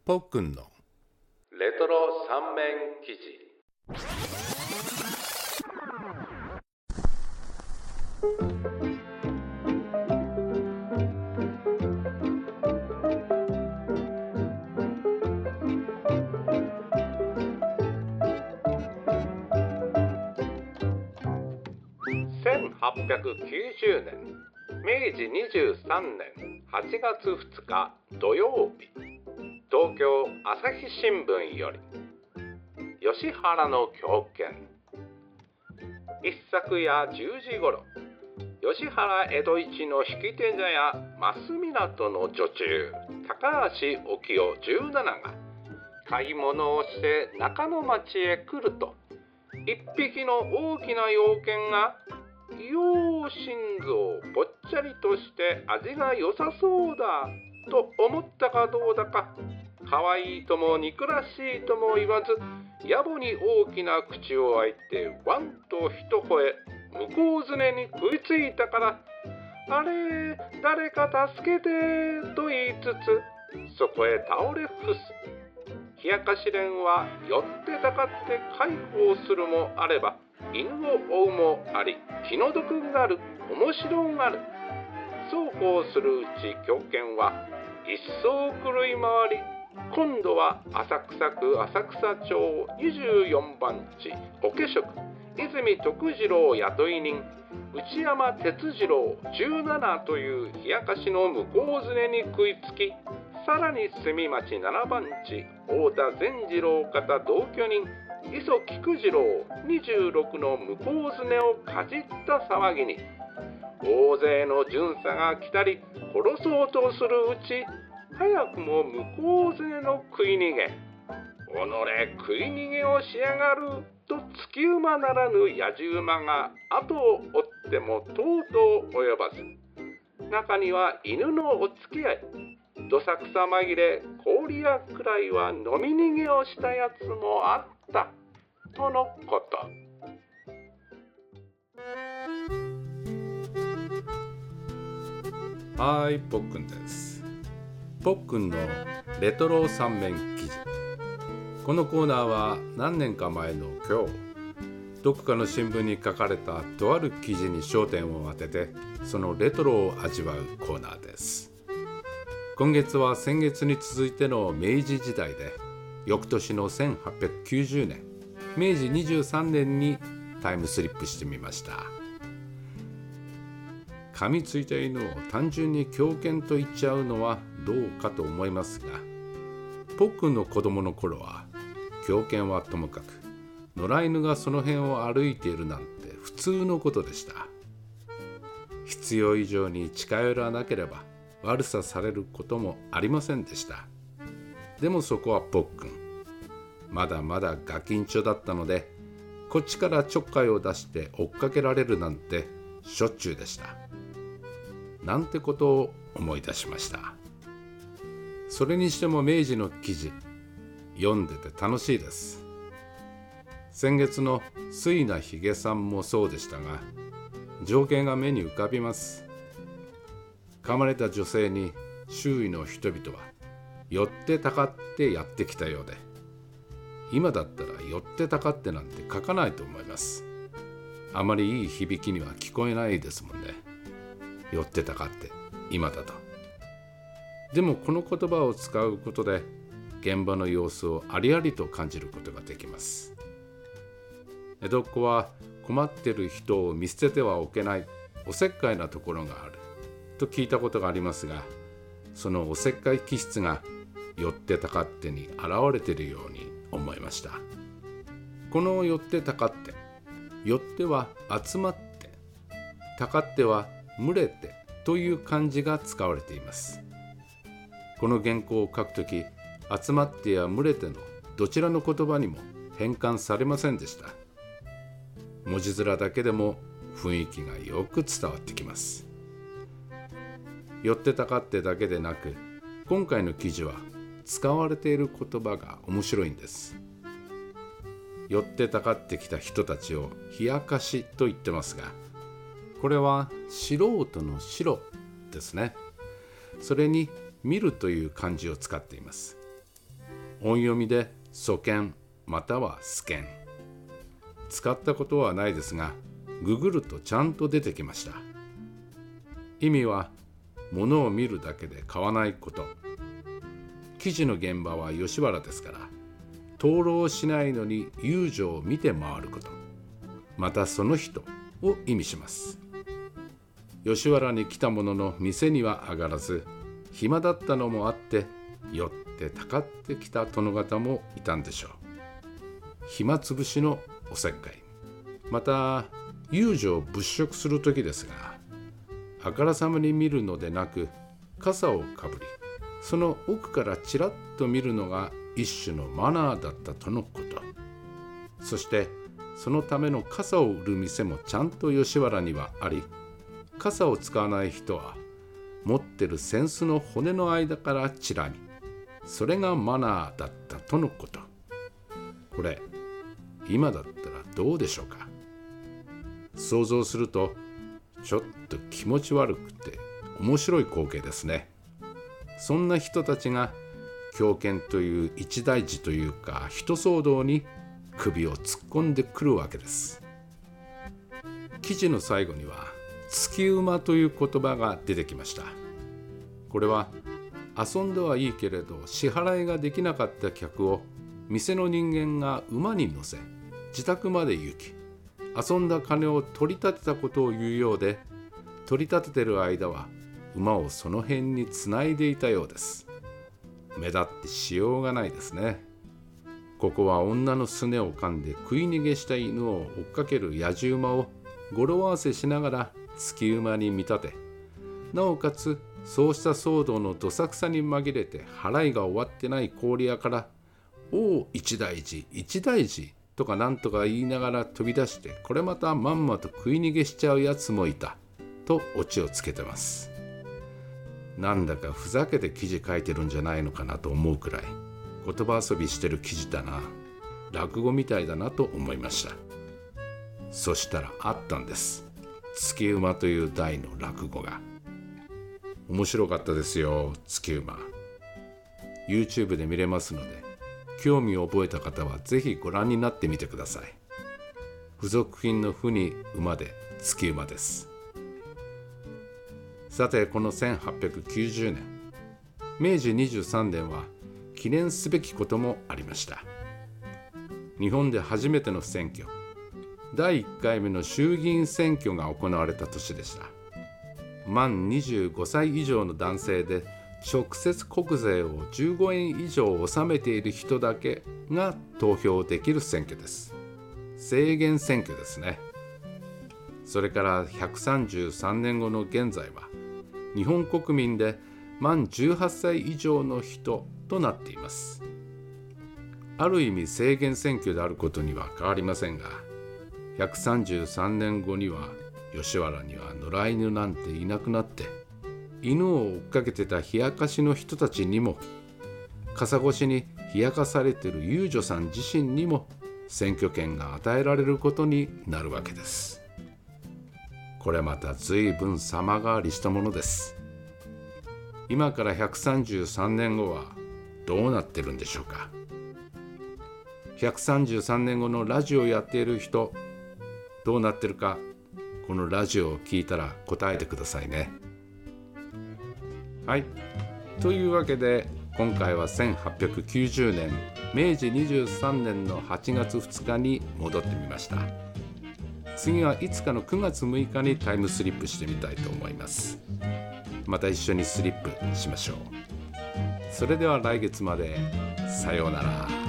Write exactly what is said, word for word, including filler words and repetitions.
ポックンのレトロ三面記事。せんはっぴゃくきゅうじゅうねん、めいじにじゅうさんねんはちがつふつか土曜日、東京朝日新聞より吉原の狂犬。一昨夜じゅうじごろ、吉原江戸一の引き手茶屋増港の女中高橋沖代じゅうななが買い物をして中野町へ来ると、一匹の大きな妖犬がよう心臓ぽっちゃりとして味が良さそうだと思ったかどうだか、かわいいとも憎らしいとも言わず、野暮に大きな口を開いてワンと一声、向こうずねに食いついたから、あれ誰か助けてと言いつつそこへ倒れ伏す。冷やかし連は寄ってたかって介抱するもあれば、犬を追うもあり、気の毒がる、面白がる。そうこうするうち狂犬は一層狂い回り、今度は浅草区浅草町にじゅうよんばん地桶職泉徳次郎雇い人内山哲次郎じゅうななという冷やかしの向こうずねに食いつき、さらに住町ななばん地太田善次郎方同居人磯菊次郎にじゅうろくの向こうずねをかじった騒ぎに、大勢の巡査が来たり殺そうとするうち、早くも向こうずねの食い逃げ、己食い逃げをしやがると月馬ならぬ野じ馬が後を追ってもとうとう及ばず、中には犬のお付き合い、どさくさ紛れ氷屋くらいは飲み逃げをしたやつもあったとのこと。 はい、ポックンです。ポックンのレトロ三面記事。このコーナーは何年か前の今日、どこかの新聞に書かれたとある記事に焦点を当てて、そのレトロを味わうコーナーです。今月は先月に続いての明治時代で、翌年のせんはっぴゃくきゅうじゅうねん、めいじにじゅうさんねんにタイムスリップしてみました。噛みついた犬を単純に狂犬と言っちゃうのはどうかと思いますが、ポックンの子供の頃は狂犬はともかく野良犬がその辺を歩いているなんて普通のことでした。必要以上に近寄らなければ悪さされることもありませんでした。でもそこはポックンまだまだガキンチョだったので、こっちからちょっかいを出して追っかけられるなんてしょっちゅうでした。なんてことを思い出しました。それにしても明治の記事読んでて楽しいです。先月の水名ひげさんもそうでしたが、情景が目に浮かびます。噛まれた女性に周囲の人々は寄ってたかってやってきたようで、今だったら寄ってたかってなんて書かないと思います。あまりいい響きには聞こえないですもんね。寄ってたかって今だと。でもこの言葉を使うことで現場の様子をありありと感じることができます。江戸っ子は困ってる人を見捨ててはおけないおせっかいなところがあると聞いたことがありますが、そのおせっかい気質が寄ってたかってに現れているように思いました。この寄ってたかって、寄っては集まって、たかっては群れてという漢字が使われています。この原稿を書くとき、集まってや群れてのどちらの言葉にも変換されませんでした。文字面だけでも雰囲気がよく伝わってきます。寄ってたかってだけでなく、今回の記事は使われている言葉が面白いんです。寄ってたかってきた人たちを冷やかしと言ってますが、これは素人の白ですね。それに見るという漢字を使っています。 音読みで祖犬またはスケン。使ったことはないですが、ググるとちゃんと出てきました。意味は、物を見るだけで買わないこと。記事の現場は吉原ですから、灯籠しないのに遊女を見て回ること。またその人を意味します。吉原に来たものの店には上がらず、暇だったのもあって寄ってたかってきた殿方もいたんでしょう。暇つぶしのおせっかい。また遊女を物色する時ですが、あからさまに見るのでなく、傘をかぶり、その奥からちらっと見るのが一種のマナーだったとのこと。そしてそのための傘を売る店もちゃんと吉原にはあり、傘を使わない人は持ってる扇子の骨の間からちらみ、それがマナーだったとのこと。これ今だったらどうでしょうか。想像するとちょっと気持ち悪くて面白い光景ですね。そんな人たちが狂犬という一大事というか人騒動に首を突っ込んでくるわけです。記事の最後には月馬という言葉が出てきました。これは遊んではいいけれど支払いができなかった客を店の人間が馬に乗せ自宅まで行き、遊んだ金を取り立てたことを言うようで、取り立ててる間は馬をその辺につないでいたようです。目立ってしようがないですね。ここは女のすねを噛んで食い逃げした犬を追っかける野じ馬を語呂合わせしながら月馬に見立て、なおかつそうした騒動のどさくさに紛れて払いが終わってない氷屋から「おお一大事一大事」とかなんとか言いながら飛び出して、これまたまんまと食い逃げしちゃうやつもいたとオチをつけてます。なんだかふざけて記事書いてるんじゃないのかなと思うくらい言葉遊びしてる記事だな、落語みたいだなと思いました。そしたらあったんです、月馬という題の落語が。面白かったですよ、月馬。 YouTube で見れますので、興味を覚えた方はぜひご覧になってみてください。付属品の符に馬で月馬です。さて、このせんはっぴゃくきゅうじゅうねん、めいじにじゅうさんねんは記念すべきこともありました。日本で初めての選挙、だいいっかいめの衆議院選挙が行われた年でした。満にじゅうごさい以上の男性で直接国税をじゅうごえん以上納めている人だけが投票できる選挙です。制限選挙ですね。それからひゃくさんじゅうさんねんごの現在は、日本国民で満じゅうはっさい以上の人となっています。ある意味制限選挙であることには変わりませんが、ひゃくさんじゅうさんねんごには吉原には野良犬なんていなくなって、犬を追っかけてた冷やかしの人たちにも、傘越しに冷やかされてる遊女さん自身にも選挙権が与えられることになるわけです。これまた随分様変わりしたものです。今からひゃくさんじゅうさんねんごはどうなってるんでしょうか。ひゃくさんじゅうさんねんごのラジオをやっている人、どうなってるか、このラジオを聞いたら答えてくださいね。はい、というわけで今回はせんはっぴゃくきゅうじゅうねんめいじにじゅうさんねんのはちがつふつかに戻ってみました。次はいつかのくがつむいかにタイムスリップしてみたいと思います。また一緒にスリップしましょう。それでは来月まで。さようなら。